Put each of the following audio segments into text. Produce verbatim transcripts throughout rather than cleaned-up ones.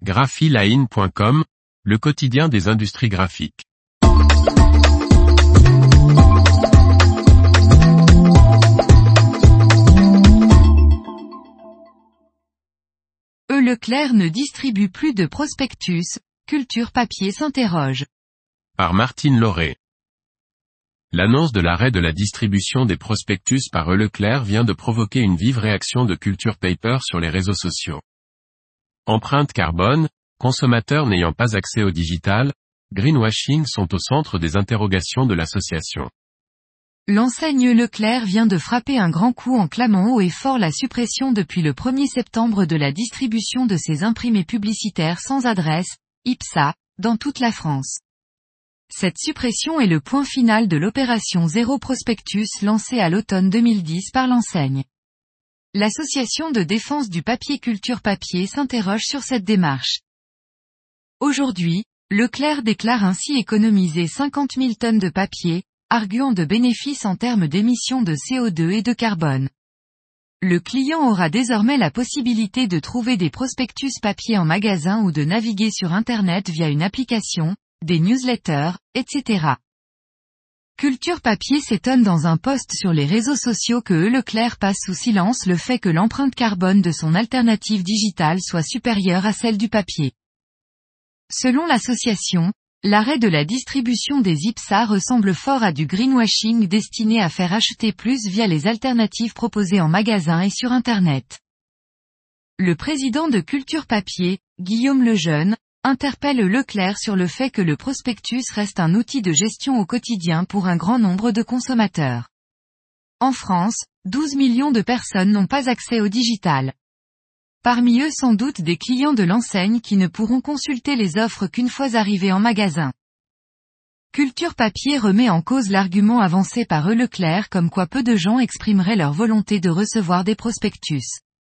graphiline point com, le quotidien des industries graphiques. E. Leclerc ne distribue plus de prospectus, Culture Papier s'interroge. Par Martine Lauré. L'annonce de l'arrêt de la distribution des prospectus par E. Leclerc vient de provoquer une vive réaction de Culture Paper sur les réseaux sociaux. Empreinte carbone, consommateurs n'ayant pas accès au digital, greenwashing sont au centre des interrogations de l'association. L'enseigne Leclerc vient de frapper un grand coup en clamant haut et fort la suppression depuis le premier septembre de la distribution de ses imprimés publicitaires sans adresse, I P S A, dans toute la France. Cette suppression est le point final de l'opération Zéro Prospectus lancée à l'automne deux mille dix par l'enseigne. L'association de défense du papier Culture Papier s'interroge sur cette démarche. Aujourd'hui, Leclerc déclare ainsi économiser cinquante mille tonnes de papier, arguant de bénéfices en termes d'émissions de C O deux et de carbone. Le client aura désormais la possibilité de trouver des prospectus papier en magasin ou de naviguer sur Internet via une application, des newsletters, et cetera. Culture Papier s'étonne dans un post sur les réseaux sociaux que E. Leclerc passe sous silence le fait que l'empreinte carbone de son alternative digitale soit supérieure à celle du papier. Selon l'association, l'arrêt de la distribution des I P S A ressemble fort à du greenwashing destiné à faire acheter plus via les alternatives proposées en magasin et sur Internet. Le président de Culture Papier, Guillaume Lejeune, interpelle Leclerc sur le fait que le prospectus reste un outil de gestion au quotidien pour un grand nombre de consommateurs. En France, douze millions de personnes n'ont pas accès au digital. Parmi eux sans doute des clients de l'enseigne qui ne pourront consulter les offres qu'une fois arrivés en magasin. Culture Papier remet en cause l'argument avancé par E. Leclerc comme quoi peu de gens exprimeraient leur volonté de recevoir des prospectus.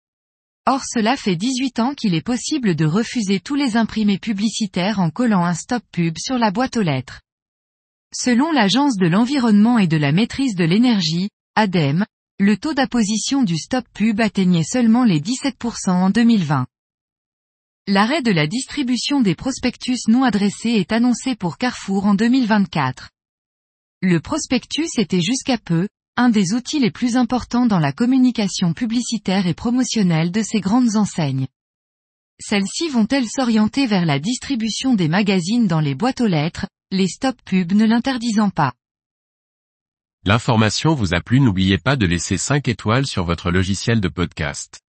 Or cela fait dix-huit ans qu'il est possible de refuser tous les imprimés publicitaires en collant un stop pub sur la boîte aux lettres. Selon l'Agence de l'environnement et de la maîtrise de l'énergie, A D E M, le taux d'apposition du stop pub atteignait seulement les dix-sept pour cent en deux mille vingt. L'arrêt de la distribution des prospectus non adressés est annoncé pour Carrefour en deux mille vingt-quatre. Le prospectus était jusqu'à peu un des outils les plus importants dans la communication publicitaire et promotionnelle de ces grandes enseignes. Celles-ci vont-elles s'orienter vers la distribution des magazines dans les boîtes aux lettres, les stop pubs ne l'interdisant pas. L'information vous a plu, n'oubliez pas de laisser cinq étoiles sur votre logiciel de podcast.